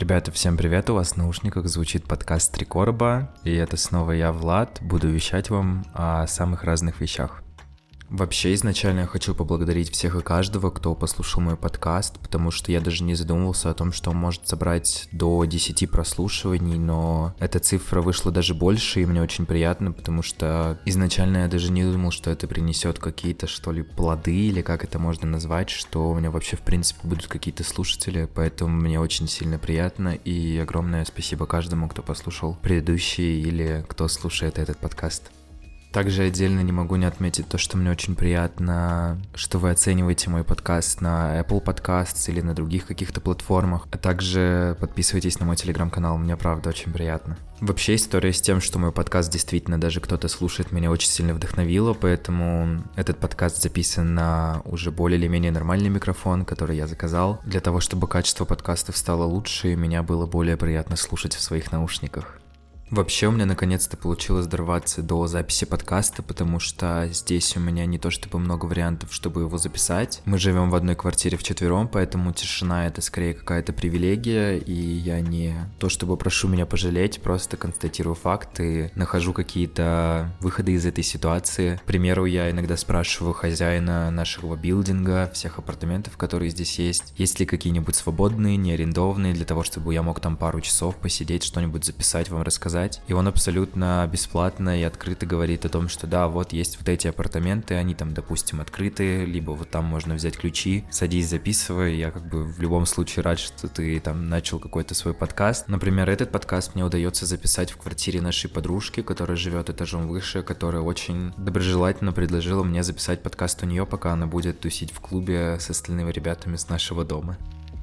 Ребята, всем привет, у вас в наушниках звучит подкаст «Три короба», и это снова я, Влад, буду вещать вам о самых разных вещах. Вообще, изначально я хочу поблагодарить всех и каждого, кто послушал мой подкаст, потому что я даже не задумывался о том, что он может собрать до 10 прослушиваний, но эта цифра вышла даже больше, и мне очень приятно, потому что изначально я даже не думал, что это принесет какие-то, что ли, плоды, или как это можно назвать, что у меня вообще, в принципе, будут какие-то слушатели, поэтому мне очень сильно приятно, и огромное спасибо каждому, кто послушал предыдущий или кто слушает этот подкаст. Также отдельно не могу не отметить то, что мне очень приятно, что вы оцениваете мой подкаст на Apple Podcasts или на других каких-то платформах, а также подписывайтесь на мой телеграм-канал, мне правда очень приятно. Вообще история с тем, что мой подкаст действительно даже кто-то слушает, меня очень сильно вдохновила, поэтому этот подкаст записан на уже более или менее нормальный микрофон, который я заказал, для того, чтобы качество подкастов стало лучше и меня было более приятно слушать в своих наушниках. Вообще у меня наконец-то получилось дорваться до записи подкаста, потому что здесь у меня не то чтобы много вариантов, чтобы его записать. Мы живем в одной квартире вчетвером, поэтому тишина — это скорее какая-то привилегия, и я не то чтобы прошу меня пожалеть, просто констатирую факты, нахожу какие-то выходы из этой ситуации. К примеру, я иногда спрашиваю хозяина нашего билдинга, всех апартаментов, которые здесь есть ли какие-нибудь свободные, не арендованные, для того, чтобы я мог там пару часов посидеть, что-нибудь записать, вам рассказать. И он абсолютно бесплатно и открыто говорит о том, что да, вот есть вот эти апартаменты, они там, допустим, открыты, либо вот там можно взять ключи, садись, записывай. Я как бы в любом случае рад, что ты там начал какой-то свой подкаст. Например, этот подкаст мне удается записать в квартире нашей подружки, которая живет этажом выше, которая очень доброжелательно предложила мне записать подкаст у нее, пока она будет тусить в клубе с остальными ребятами с нашего дома.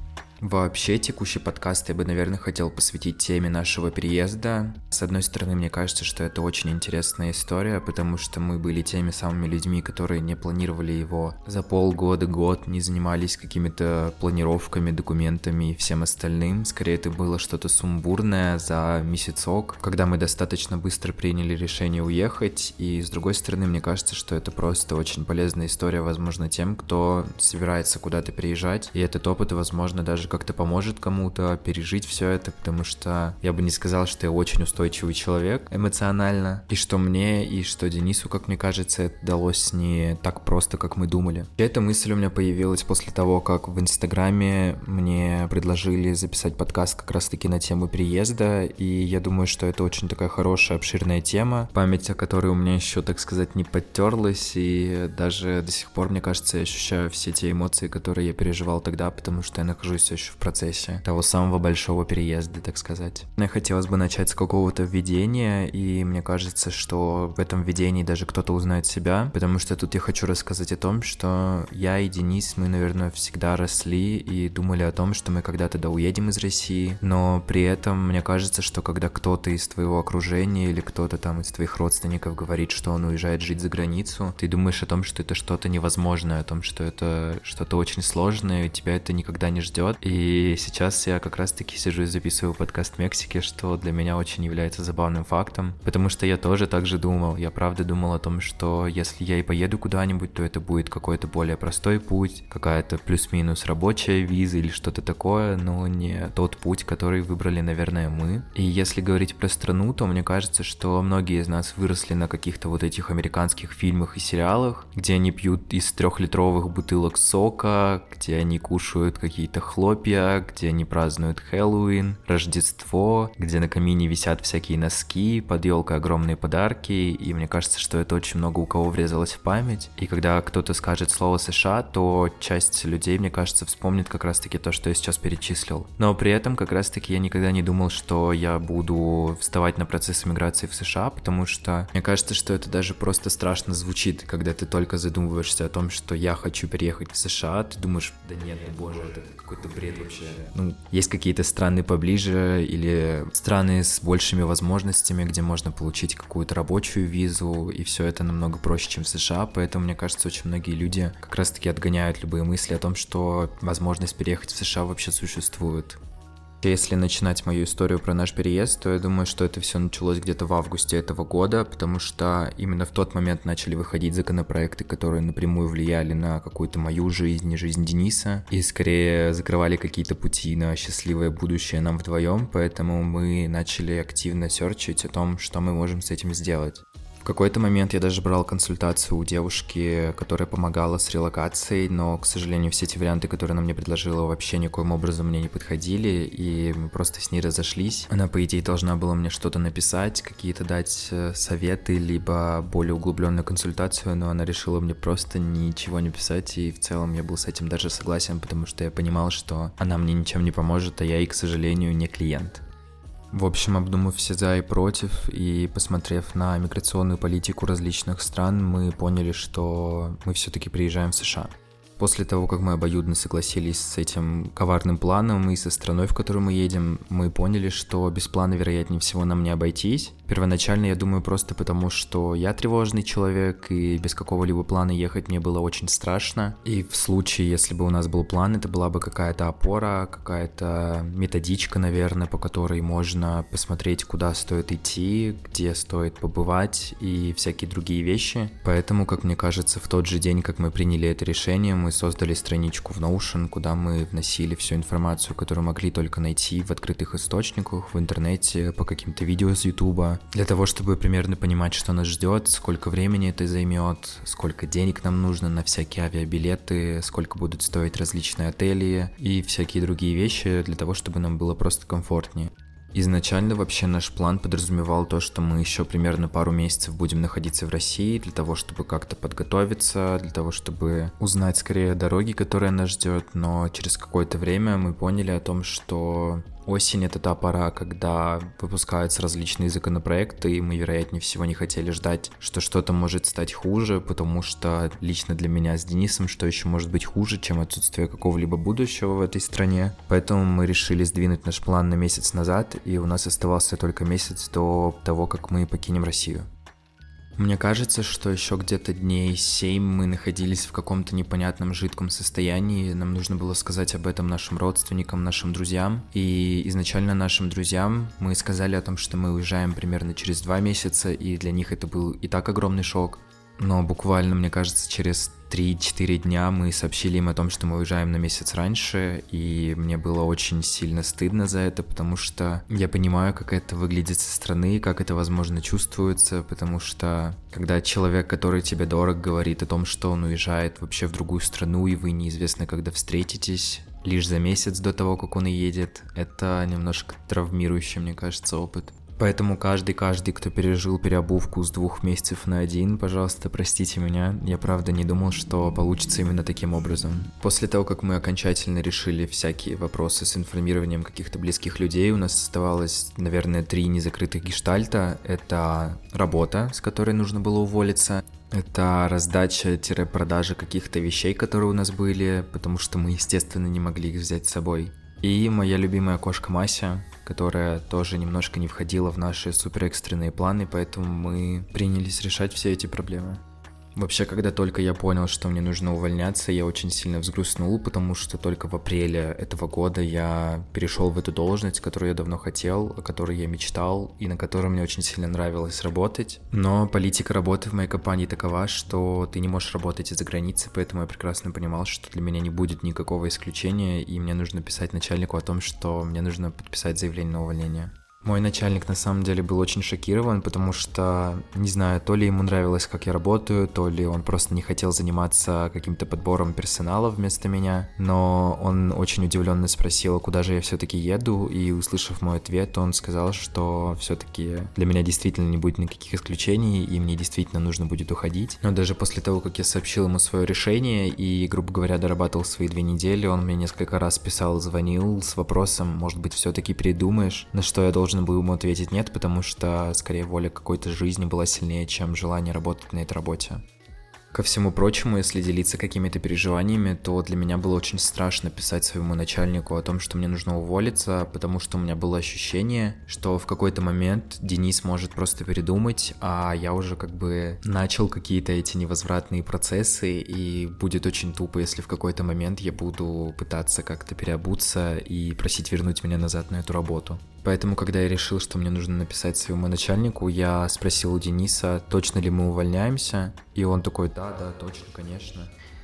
Вообще, текущий подкаст я бы, наверное, хотел посвятить теме нашего переезда. С одной стороны, мне кажется, что это очень интересная история, потому что мы были теми самыми людьми, которые не планировали его за полгода, год, не занимались какими-то планировками, документами и всем остальным. Скорее, это было что-то сумбурное за месяцок, когда мы достаточно быстро приняли решение уехать. И, с другой стороны, мне кажется, что это просто очень полезная история, возможно, тем, кто собирается куда-то переезжать. И этот опыт, возможно, даже как-то поможет кому-то пережить все это, потому что я бы не сказал, что я очень устойчивый человек эмоционально, и что мне, и что Денису, как мне кажется, это далось не так просто, как мы думали. И эта мысль у меня появилась после того, как в Инстаграме мне предложили записать подкаст как раз-таки на тему переезда, и я думаю, что это очень такая хорошая, обширная тема, память о которой у меня еще, так сказать, не подтерлась, и даже до сих пор, мне кажется, я ощущаю все те эмоции, которые я переживал тогда, потому что я нахожусь все еще в процессе того самого большого переезда, так сказать. Мне хотелось бы начать с какого-то введения, и мне кажется, что в этом введении даже кто-то узнает себя, потому что тут я хочу рассказать о том, что я и Денис, мы, наверное, всегда росли и думали о том, что мы когда-то да уедем из России, но при этом мне кажется, что когда кто-то из твоего окружения или кто-то там из твоих родственников говорит, что он уезжает жить за границу, ты думаешь о том, что это что-то невозможное, о том, что это что-то очень сложное, и тебя это никогда не ждет. И сейчас я как раз-таки сижу и записываю подкаст в Мексике, что для меня очень является забавным фактом, потому что я тоже так же думал. Я правда думал о том, что если я и поеду куда-нибудь, то это будет какой-то более простой путь, какая-то плюс-минус рабочая виза или что-то такое, но не тот путь, который выбрали, наверное, мы. И если говорить про страну, то мне кажется, что многие из нас выросли на каких-то вот этих американских фильмах и сериалах, где они пьют из 3-литровых бутылок сока, где они кушают какие-то хлопья, где они празднуют Хэллоуин, Рождество, где на камине висят всякие носки, под елкой огромные подарки, и мне кажется, что это очень много у кого врезалось в память. И когда кто-то скажет слово США, то часть людей, мне кажется, вспомнит как раз-таки то, что я сейчас перечислил. Но при этом как раз-таки я никогда не думал, что я буду вставать на процесс эмиграции в США, потому что мне кажется, что это даже просто страшно звучит, когда ты только задумываешься о том, что я хочу переехать в США, ты думаешь, да нет, ну боже, это какой-то бред вообще. Ну, есть какие-то страны поближе или страны с большими возможностями, где можно получить какую-то рабочую визу, и все это намного проще, чем в США, поэтому, мне кажется, очень многие люди как раз-таки отгоняют любые мысли о том, что возможность переехать в США вообще существует. Если начинать мою историю про наш переезд, то я думаю, что это все началось где-то в августе этого года, потому что именно в тот момент начали выходить законопроекты, которые напрямую влияли на какую-то мою жизнь и жизнь Дениса, и скорее закрывали какие-то пути на счастливое будущее нам вдвоем, поэтому мы начали активно серчить о том, что мы можем с этим сделать. В какой-то момент я даже брал консультацию у девушки, которая помогала с релокацией, но, к сожалению, все эти варианты, которые она мне предложила, вообще никоим образом мне не подходили, и мы просто с ней разошлись. Она, по идее, должна была мне что-то написать, какие-то дать советы, либо более углубленную консультацию, но она решила мне просто ничего не писать, и в целом я был с этим даже согласен, потому что я понимал, что она мне ничем не поможет, а я ей, к сожалению, не клиент. В общем, обдумав все за и против и посмотрев на миграционную политику различных стран, мы поняли, что мы все-таки приезжаем в США. После того, как мы обоюдно согласились с этим коварным планом и со страной, в которую мы едем, мы поняли, что без плана, вероятнее всего, нам не обойтись. Первоначально, я думаю, просто потому, что я тревожный человек, и без какого-либо плана ехать мне было очень страшно. И в случае, если бы у нас был план, это была бы какая-то опора, какая-то методичка, наверное, по которой можно посмотреть, куда стоит идти, где стоит побывать и всякие другие вещи. Поэтому, как мне кажется, в тот же день, как мы приняли это решение, мы создали страничку в Notion, куда мы вносили всю информацию, которую могли только найти в открытых источниках, в интернете, по каким-то видео с Ютуба, для того, чтобы примерно понимать, что нас ждет, сколько времени это займет, сколько денег нам нужно на всякие авиабилеты, сколько будут стоить различные отели и всякие другие вещи, для того, чтобы нам было просто комфортнее. Изначально вообще наш план подразумевал то, что мы еще примерно пару месяцев будем находиться в России для того, чтобы как-то подготовиться, для того, чтобы узнать скорее дороги, которые нас ждет, но через какое-то время мы поняли о том, что осень — это та пора, когда выпускаются различные законопроекты, и мы, вероятнее всего, не хотели ждать, что что-то может стать хуже, потому что лично для меня с Денисом, что еще может быть хуже, чем отсутствие какого-либо будущего в этой стране. Поэтому мы решили сдвинуть наш план на месяц назад, и у нас оставался только месяц до того, как мы покинем Россию. Мне кажется, что еще где-то дней 7 мы находились в каком-то непонятном жидком состоянии. Нам нужно было сказать об этом нашим родственникам, нашим друзьям. И изначально нашим друзьям мы сказали о том, что мы уезжаем примерно через 2 месяца, и для них это был и так огромный шок. Но буквально, мне кажется, через 3-4 дня мы сообщили им о том, что мы уезжаем на месяц раньше, и мне было очень сильно стыдно за это, потому что я понимаю, как это выглядит со стороны, как это, возможно, чувствуется, потому что когда человек, который тебе дорог, говорит о том, что он уезжает вообще в другую страну, и вы неизвестно, когда встретитесь, лишь за месяц до того, как он едет, это немножко травмирующий, мне кажется, опыт. Поэтому каждый, кто пережил переобувку с 2 месяцев на 1, пожалуйста, простите меня. Я правда не думал, что получится именно таким образом. После того, как мы окончательно решили всякие вопросы с информированием каких-то близких людей, у нас оставалось, наверное, 3 незакрытых гештальта. Это работа, с которой нужно было уволиться. Это раздача-продажа каких-то вещей, которые у нас были, потому что мы, естественно, не могли их взять с собой. И моя любимая кошка Мася, которая тоже немножко не входила в наши суперэкстренные планы, поэтому мы принялись решать все эти проблемы. Вообще, когда только я понял, что мне нужно увольняться, я очень сильно взгрустнул, потому что только в апреле этого года я перешел в эту должность, которую я давно хотел, о которой я мечтал и на которой мне очень сильно нравилось работать. Но политика работы в моей компании такова, что ты не можешь работать из-за границы, поэтому я прекрасно понимал, что для меня не будет никакого исключения, и мне нужно писать начальнику о том, что мне нужно подписать заявление на увольнение. Мой начальник на самом деле был очень шокирован, потому что, не знаю, то ли ему нравилось, как я работаю, то ли он просто не хотел заниматься каким-то подбором персонала вместо меня, но он очень удивленно спросил, куда же я все-таки еду, и, услышав мой ответ, он сказал, что все-таки для меня действительно не будет никаких исключений, и мне действительно нужно будет уходить. Но даже после того, как я сообщил ему свое решение и, грубо говоря, дорабатывал свои 2 недели, он мне несколько раз писал и звонил с вопросом, может быть, все-таки передумаешь, на что я должен был ему ответить нет, потому что, скорее, воля какой-то жизни была сильнее, чем желание работать на этой работе. Ко всему прочему, если делиться какими-то переживаниями, то для меня было очень страшно писать своему начальнику о том, что мне нужно уволиться, потому что у меня было ощущение, что в какой-то момент Денис может просто передумать, а я уже как бы начал какие-то эти невозвратные процессы, и будет очень тупо, если в какой-то момент я буду пытаться как-то переобуться и просить вернуть меня назад на эту работу. Поэтому, когда я решил, что мне нужно написать своему начальнику, я спросил у Дениса, точно ли мы увольняемся, и он такой: да, точно, конечно.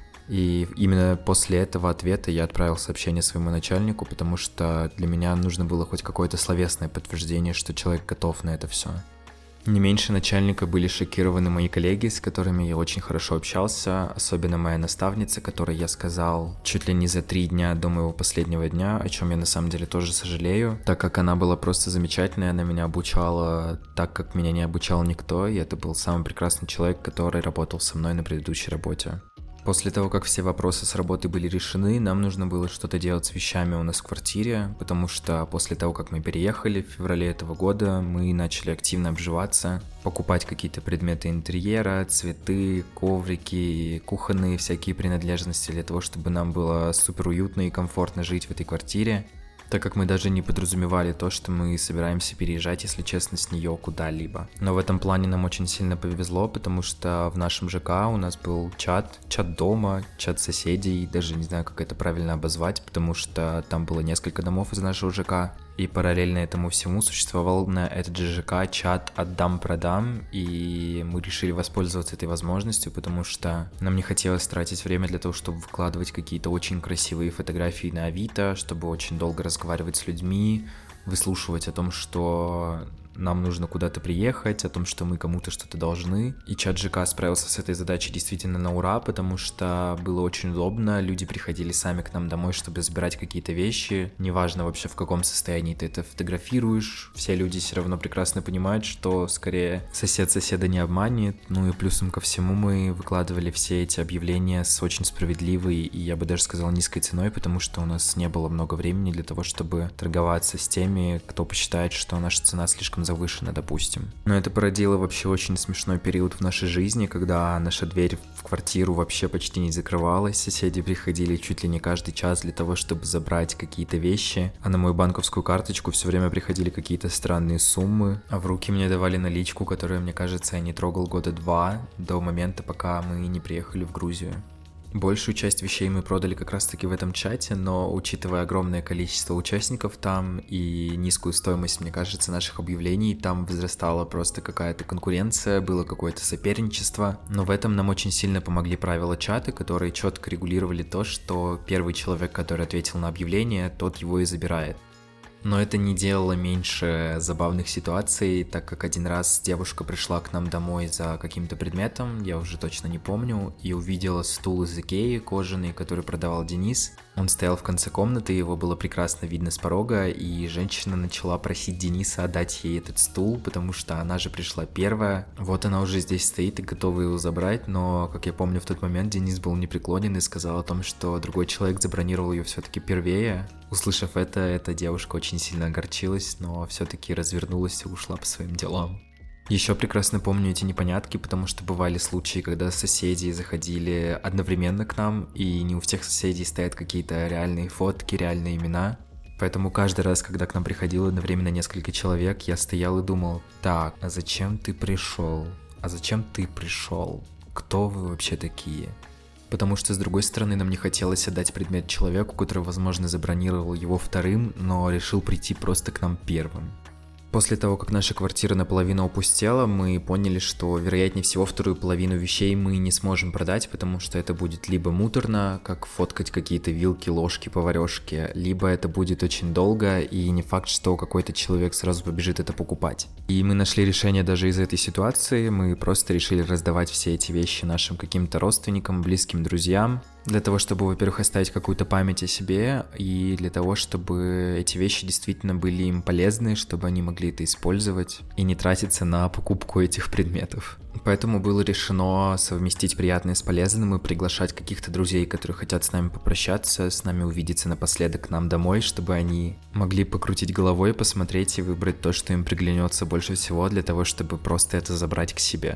И именно после этого ответа я отправил сообщение своему начальнику, потому что для меня нужно было хоть какое-то словесное подтверждение, что человек готов на это все. Не меньше начальника были шокированы мои коллеги, с которыми я очень хорошо общался, особенно моя наставница, которой я сказал чуть ли не за 3 дня до моего последнего дня, о чем я на самом деле тоже сожалею, так как она была просто замечательная, она меня обучала так, как меня не обучал никто, и это был самый прекрасный человек, который работал со мной на предыдущей работе. После того, как все вопросы с работы были решены, нам нужно было что-то делать с вещами у нас в квартире, потому что после того, как мы переехали в феврале этого года, мы начали активно обживаться, покупать какие-то предметы интерьера, цветы, коврики, кухонные всякие принадлежности для того, чтобы нам было супер уютно и комфортно жить в этой квартире, так как мы даже не подразумевали то, что мы собираемся переезжать, если честно, с нее куда-либо. Но в этом плане нам очень сильно повезло, потому что в нашем ЖК у нас был чат дома, чат соседей, даже не знаю, как это правильно обозвать, потому что там было несколько домов из нашего ЖК. И параллельно этому всему существовал на этот же ЖК чат «Отдам-продам», и мы решили воспользоваться этой возможностью, потому что нам не хотелось тратить время для того, чтобы выкладывать какие-то очень красивые фотографии на Авито, чтобы очень долго разговаривать с людьми, выслушивать о том, что нам нужно куда-то приехать, о том, что мы кому-то что-то должны. И чат ЖК справился с этой задачей действительно на ура, потому что было очень удобно, люди приходили сами к нам домой, чтобы забирать какие-то вещи, неважно вообще в каком состоянии ты это фотографируешь, все люди все равно прекрасно понимают, что скорее сосед соседа не обманет, ну и плюсом ко всему мы выкладывали все эти объявления с очень справедливой и, я бы даже сказал, низкой ценой, потому что у нас не было много времени для того, чтобы торговаться с теми, кто посчитает, что наша цена слишком завышена, допустим. Но это породило вообще очень смешной период в нашей жизни, когда наша дверь в квартиру вообще почти не закрывалась, соседи приходили чуть ли не каждый час для того, чтобы забрать какие-то вещи, а на мою банковскую карточку все время приходили какие-то странные суммы, а в руки мне давали наличку, которую, мне кажется, я не трогал года 2 до момента, пока мы не приехали в Грузию. Большую часть вещей мы продали как раз-таки в этом чате, но учитывая огромное количество участников там и низкую стоимость, мне кажется, наших объявлений, там возрастала просто какая-то конкуренция, было какое-то соперничество. Но в этом нам очень сильно помогли правила чата, которые четко регулировали то, что первый человек, который ответил на объявление, тот его и забирает. Но это не делало меньше забавных ситуаций, так как один раз девушка пришла к нам домой за каким-то предметом, я уже точно не помню, и увидела стул из Икеи кожаный, который продавал Денис. Он стоял в конце комнаты, его было прекрасно видно с порога, и женщина начала просить Дениса отдать ей этот стул, потому что она же пришла первая. Вот она уже здесь стоит и готова его забрать, но, как я помню, в тот момент Денис был непреклонен и сказал о том, что другой человек забронировал ее все-таки первее. Услышав это, эта девушка очень сильно огорчилась, но все-таки развернулась и ушла по своим делам. Еще прекрасно помню эти непонятки, потому что бывали случаи, когда соседи заходили одновременно к нам, и не у всех соседей стоят какие-то реальные фотки, реальные имена. Поэтому каждый раз, когда к нам приходило одновременно несколько человек, я стоял и думал: так, а зачем ты пришел? А зачем ты пришел? Кто вы вообще такие? Потому что, с другой стороны, нам не хотелось отдать предмет человеку, который, возможно, забронировал его вторым, но решил прийти просто к нам первым. После того, как наша квартира наполовину опустела, мы поняли, что, вероятнее всего, вторую половину вещей мы не сможем продать, потому что это будет либо муторно, как фоткать какие-то вилки, ложки, поварешки, либо это будет очень долго, и не факт, что какой-то человек сразу побежит это покупать. И мы нашли решение даже из этой ситуации, мы просто решили раздавать все эти вещи нашим каким-то родственникам, близким друзьям, для того, чтобы, во-первых, оставить какую-то память о себе, и для того, чтобы эти вещи действительно были им полезны, чтобы они могли это использовать и не тратиться на покупку этих предметов. Поэтому было решено совместить приятное с полезным и приглашать каких-то друзей, которые хотят с нами попрощаться, с нами увидеться напоследок к нам домой, чтобы они могли покрутить головой, посмотреть и выбрать то, что им приглянется больше всего, для того, чтобы просто это забрать к себе.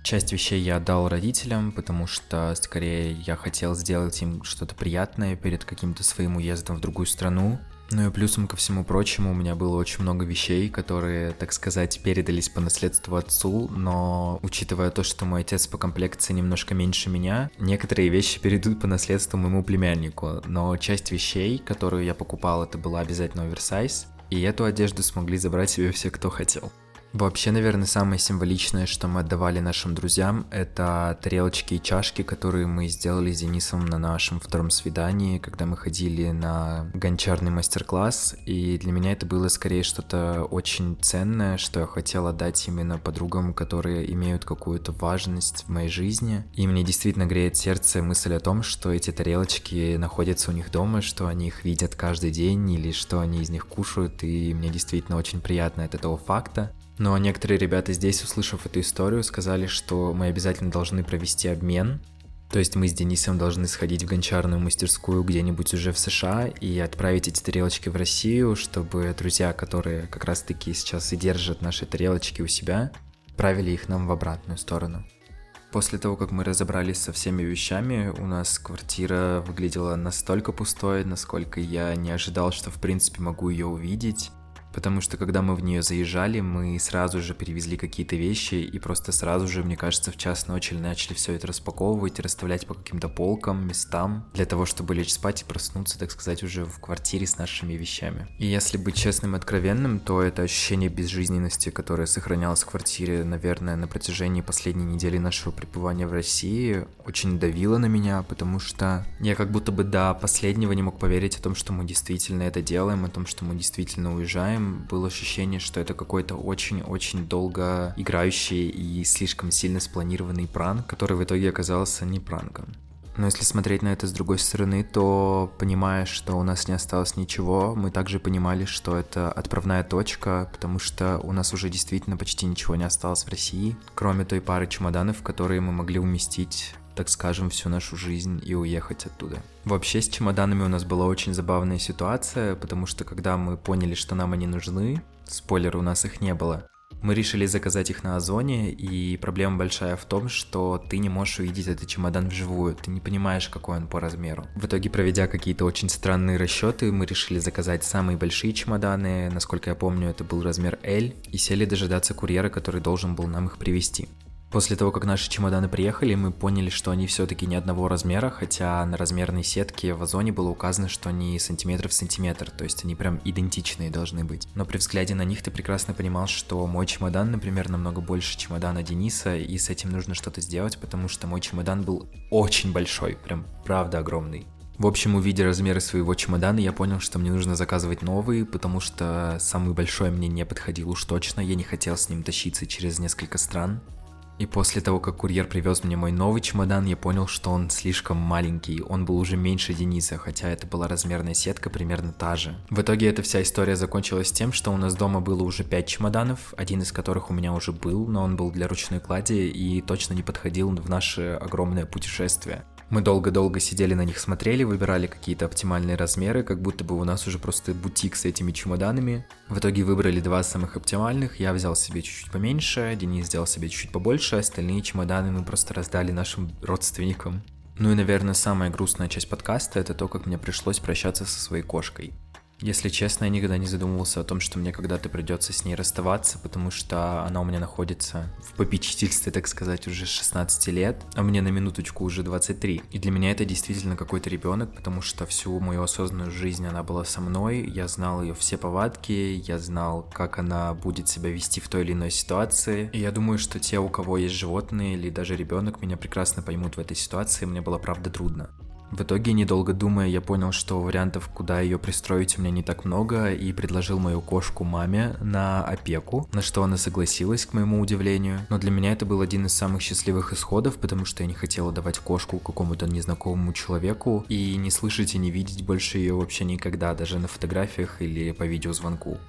Часть вещей я отдал родителям, потому что скорее я хотел сделать им что-то приятное перед каким-то своим уездом в другую страну. Ну и плюсом ко всему прочему, у меня было очень много вещей, которые, так сказать, передались по наследству отцу, но учитывая то, что мой отец по комплекции немножко меньше меня, некоторые вещи перейдут по наследству моему племяннику, но часть вещей, которую я покупал, это была обязательно оверсайз, и эту одежду смогли забрать себе все, кто хотел. Вообще, наверное, самое символичное, что мы отдавали нашим друзьям, это тарелочки и чашки, которые мы сделали с Денисом на нашем втором свидании, когда мы ходили на гончарный мастер-класс, и для меня это было скорее что-то очень ценное, что я хотел отдать именно подругам, которые имеют какую-то важность в моей жизни. И мне действительно греет сердце мысль о том, что эти тарелочки находятся у них дома, что они их видят каждый день или что они из них кушают, и мне действительно очень приятно от этого факта. Но некоторые ребята здесь, услышав эту историю, сказали, что мы обязательно должны провести обмен. То есть мы с Денисом должны сходить в гончарную мастерскую где-нибудь уже в США и отправить эти тарелочки в Россию, чтобы друзья, которые как раз-таки сейчас и держат наши тарелочки у себя, отправили их нам в обратную сторону. После того, как мы разобрались со всеми вещами, у нас квартира выглядела настолько пустой, насколько я не ожидал, что в принципе могу ее увидеть. Потому что когда мы в нее заезжали, мы сразу же перевезли какие-то вещи и просто сразу же, мне кажется, в час ночи начали все это распаковывать и расставлять по каким-то полкам, местам, для того, чтобы лечь спать и проснуться, так сказать, уже в квартире с нашими вещами. И если быть честным и откровенным, то это ощущение безжизненности, которое сохранялось в квартире, наверное, на протяжении последней недели нашего пребывания в России, очень давило на меня, потому что я как будто бы до последнего не мог поверить о том, что мы действительно это делаем, о том, что мы действительно уезжаем. Было ощущение, что это какой-то очень-очень долго играющий и слишком сильно спланированный пранк, который в итоге оказался не пранком. Но если смотреть на это с другой стороны, то, понимая, что у нас не осталось ничего, мы также понимали, что это отправная точка, потому что у нас уже действительно почти ничего не осталось в России, кроме той пары чемоданов, в которые мы могли уместить, так скажем, всю нашу жизнь и уехать оттуда. Вообще с чемоданами у нас была очень забавная ситуация, потому что когда мы поняли, что нам они нужны, спойлер, у нас их не было, мы решили заказать их на Озоне, и проблема большая в том, что ты не можешь увидеть этот чемодан вживую, ты не понимаешь, какой он по размеру. В итоге, проведя какие-то очень странные расчеты, мы решили заказать самые большие чемоданы, насколько я помню, это был размер L, и сели дожидаться курьера, который должен был нам их привезти. После того, как наши чемоданы приехали, мы поняли, что они все-таки не одного размера, хотя на размерной сетке в Озоне было указано, что они сантиметр в сантиметр, то есть они прям идентичные должны быть. Но при взгляде на них ты прекрасно понимал, что мой чемодан, например, намного больше чемодана Дениса, и с этим нужно что-то сделать, потому что мой чемодан был очень большой, прям правда огромный. В общем, увидя размеры своего чемодана, я понял, что мне нужно заказывать новый, потому что самый большой мне не подходил уж точно, я не хотел с ним тащиться через несколько стран. И после того, как курьер привез мне мой новый чемодан, я понял, что он слишком маленький, он был уже меньше Дениса, хотя это была размерная сетка примерно та же. В итоге эта вся история закончилась тем, что у нас дома было уже 5 чемоданов, один из которых у меня уже был, но он был для ручной клади и точно не подходил в наше огромное путешествие. Мы долго-долго сидели на них, смотрели, выбирали какие-то оптимальные размеры, как будто бы у нас уже просто бутик с этими чемоданами. В итоге выбрали 2 самых оптимальных, я взял себе чуть-чуть поменьше, Денис взял себе чуть-чуть побольше, остальные чемоданы мы просто раздали нашим родственникам. Ну и, наверное, самая грустная часть подкаста — это то, как мне пришлось прощаться со своей кошкой. Если честно, я никогда не задумывался о том, что мне когда-то придется с ней расставаться, потому что она у меня находится в попечительстве, так сказать, уже 16 лет, а мне на минуточку уже 23. И для меня это действительно какой-то ребенок, потому что всю мою осознанную жизнь она была со мной, я знал ее все повадки, я знал, как она будет себя вести в той или иной ситуации. И я думаю, что те, у кого есть животные или даже ребенок, меня прекрасно поймут в этой ситуации, мне было правда трудно. В итоге, недолго думая, я понял, что вариантов, куда ее пристроить, у меня не так много, и предложил мою кошку маме на опеку, на что она согласилась, к моему удивлению. Но для меня это был один из самых счастливых исходов, потому что я не хотел давать кошку какому-то незнакомому человеку и не слышать и не видеть больше ее вообще никогда, даже на фотографиях или по видеозвонку.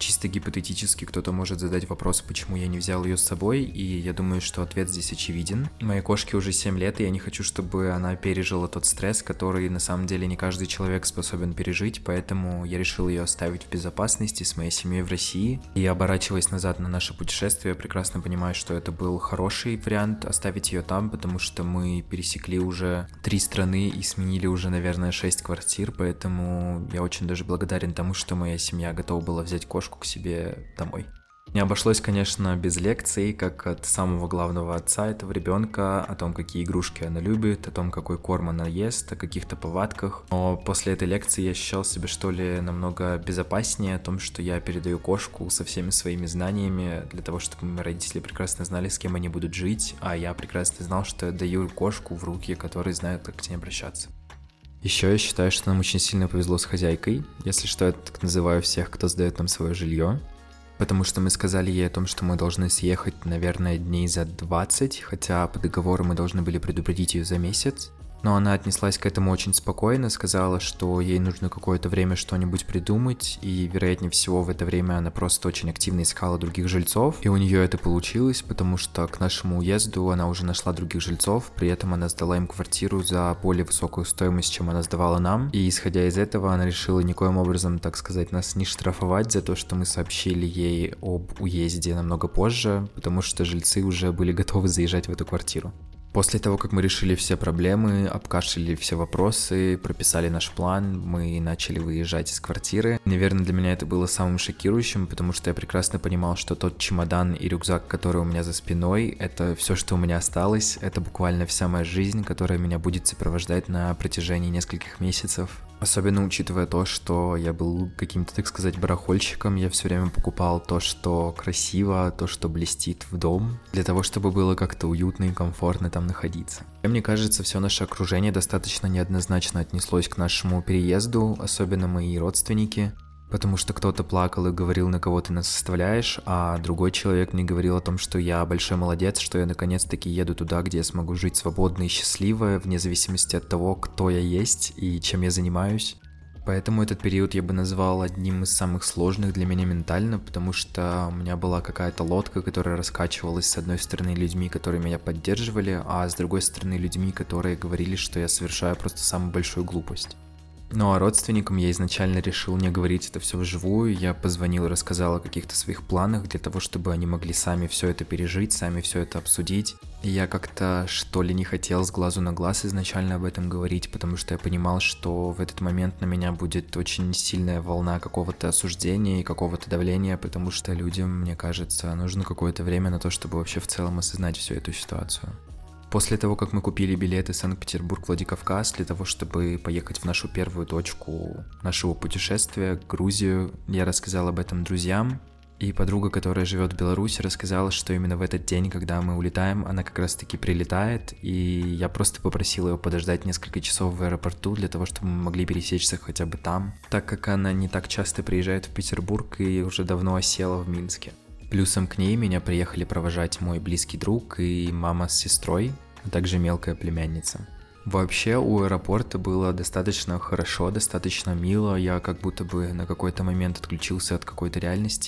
Чисто гипотетически кто-то может задать вопрос, почему я не взял ее с собой, и я думаю, что ответ здесь очевиден. Моей кошке уже 7 лет, и я не хочу, чтобы она пережила тот стресс, который на самом деле не каждый человек способен пережить, поэтому я решил ее оставить в безопасности с моей семьей в России. И оборачиваясь назад на наше путешествие, я прекрасно понимаю, что это был хороший вариант оставить ее там, потому что мы пересекли уже 3 страны и сменили уже, наверное, 6 квартир, поэтому я очень даже благодарен тому, что моя семья готова была взять кошку к себе домой. Не обошлось, конечно, без лекций, как от самого главного отца этого ребенка, о том, какие игрушки она любит, о том, какой корм она ест, о каких-то повадках. Но после этой лекции я ощущал себя, что ли, намного безопаснее, о том, что я передаю кошку со всеми своими знаниями, для того, чтобы мои родители прекрасно знали, с кем они будут жить, а я прекрасно знал, что я даю кошку в руки, которые знают, как к ней обращаться. Еще я считаю, что нам очень сильно повезло с хозяйкой. Если что, я так называю всех, кто сдает нам свое жилье. Потому что мы сказали ей о том, что мы должны съехать, наверное, дней за 20, хотя по договору мы должны были предупредить ее за месяц. Но она отнеслась к этому очень спокойно, сказала, что ей нужно какое-то время что-нибудь придумать, и, вероятнее всего, в это время она просто очень активно искала других жильцов, и у нее это получилось, потому что к нашему уезду она уже нашла других жильцов, при этом она сдала им квартиру за более высокую стоимость, чем она сдавала нам, и, исходя из этого, она решила никоим образом, так сказать, нас не штрафовать за то, что мы сообщили ей об уезде намного позже, потому что жильцы уже были готовы заезжать в эту квартиру. После того, как мы решили все проблемы, обкашляли все вопросы, прописали наш план, мы начали выезжать из квартиры. Наверное, для меня это было самым шокирующим, потому что я прекрасно понимал, что тот чемодан и рюкзак, который у меня за спиной, это все, что у меня осталось, это буквально вся моя жизнь, которая меня будет сопровождать на протяжении нескольких месяцев. Особенно учитывая то, что я был каким-то, так сказать, барахольщиком, я все время покупал то, что красиво, то, что блестит в дом, для того, чтобы было как-то уютно и комфортно там находиться. И мне кажется, все наше окружение достаточно неоднозначно отнеслось к нашему переезду, особенно мои родственники, потому что кто-то плакал и говорил, на кого ты нас оставляешь, а другой человек мне говорил о том, что я большой молодец, что я наконец-таки еду туда, где я смогу жить свободно и счастливо, вне зависимости от того, кто я есть и чем я занимаюсь. Поэтому этот период я бы назвал одним из самых сложных для меня ментально, потому что у меня была какая-то лодка, которая раскачивалась с одной стороны людьми, которые меня поддерживали, а с другой стороны людьми, которые говорили, что я совершаю просто самую большую глупость. Ну а родственникам я изначально решил не говорить это все вживую, я позвонил и рассказал о каких-то своих планах для того, чтобы они могли сами все это пережить, сами все это обсудить. И я как-то, что ли, не хотел с глазу на глаз изначально об этом говорить, потому что я понимал, что в этот момент на меня будет очень сильная волна какого-то осуждения и какого-то давления, потому что людям, мне кажется, нужно какое-то время на то, чтобы вообще в целом осознать всю эту ситуацию. После того, как мы купили билеты Санкт-Петербург-Владикавказ для того, чтобы поехать в нашу первую точку нашего путешествия, Грузию, я рассказал об этом друзьям. И подруга, которая живет в Беларуси, рассказала, что именно в этот день, когда мы улетаем, она как раз-таки прилетает. И я просто попросил ее подождать несколько часов в аэропорту для того, чтобы мы могли пересечься хотя бы там, так как она не так часто приезжает в Петербург и уже давно осела в Минске. Плюсом к ней меня приехали провожать мой близкий друг и мама с сестрой, а также мелкая племянница. Вообще у аэропорта было достаточно хорошо, достаточно мило, я как будто бы на какой-то момент отключился от какой-то реальности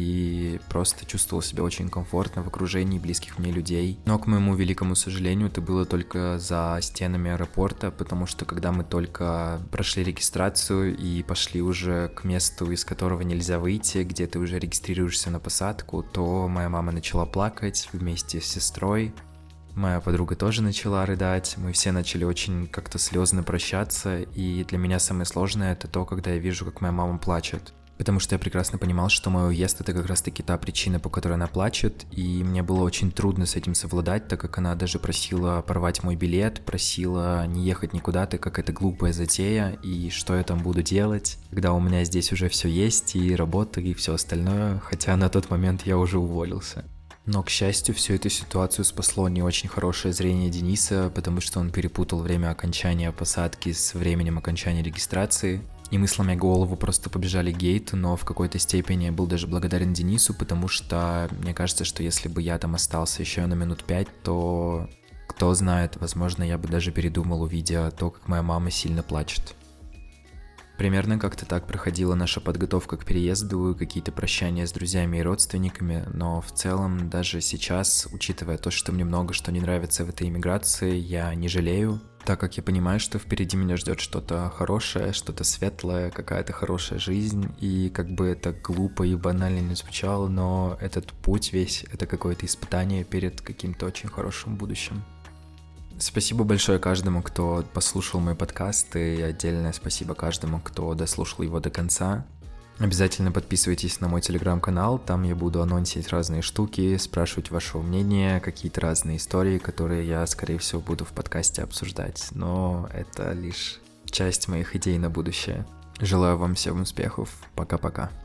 и просто чувствовал себя очень комфортно в окружении близких мне людей. Но, к моему великому сожалению, это было только за стенами аэропорта, потому что когда мы только прошли регистрацию и пошли уже к месту, из которого нельзя выйти, где ты уже регистрируешься на посадку, то моя мама начала плакать вместе с сестрой. Моя подруга тоже начала рыдать, мы все начали очень как-то слезно прощаться, и для меня самое сложное это то, когда я вижу, как моя мама плачет. Потому что я прекрасно понимал, что мой уезд это как раз-таки та причина, по которой она плачет, и мне было очень трудно с этим совладать, так как она даже просила порвать мой билет, просила не ехать никуда, так как это глупая затея, и что я там буду делать, когда у меня здесь уже все есть, и работа, и все остальное, хотя на тот момент я уже уволился. Но, к счастью, всю эту ситуацию спасло не очень хорошее зрение Дениса, потому что он перепутал время окончания посадки с временем окончания регистрации. И мы, сломя голову, просто побежали к гейту, но в какой-то степени я был даже благодарен Денису, потому что мне кажется, что если бы я там остался еще на минут 5, то, кто знает, возможно, я бы даже передумал, увидя то, как моя мама сильно плачет. Примерно как-то так проходила наша подготовка к переезду, какие-то прощания с друзьями и родственниками, но в целом даже сейчас, учитывая то, что мне много что не нравится в этой иммиграции, я не жалею, так как я понимаю, что впереди меня ждет что-то хорошее, что-то светлое, какая-то хорошая жизнь, и как бы это глупо и банально не звучало, но этот путь весь — это какое-то испытание перед каким-то очень хорошим будущим. Спасибо большое каждому, кто послушал мой подкаст, и отдельное спасибо каждому, кто дослушал его до конца. Обязательно подписывайтесь на мой телеграм-канал, там я буду анонсить разные штуки, спрашивать вашего мнения, какие-то разные истории, которые я, скорее всего, буду в подкасте обсуждать, но это лишь часть моих идей на будущее. Желаю вам всем успехов, пока-пока.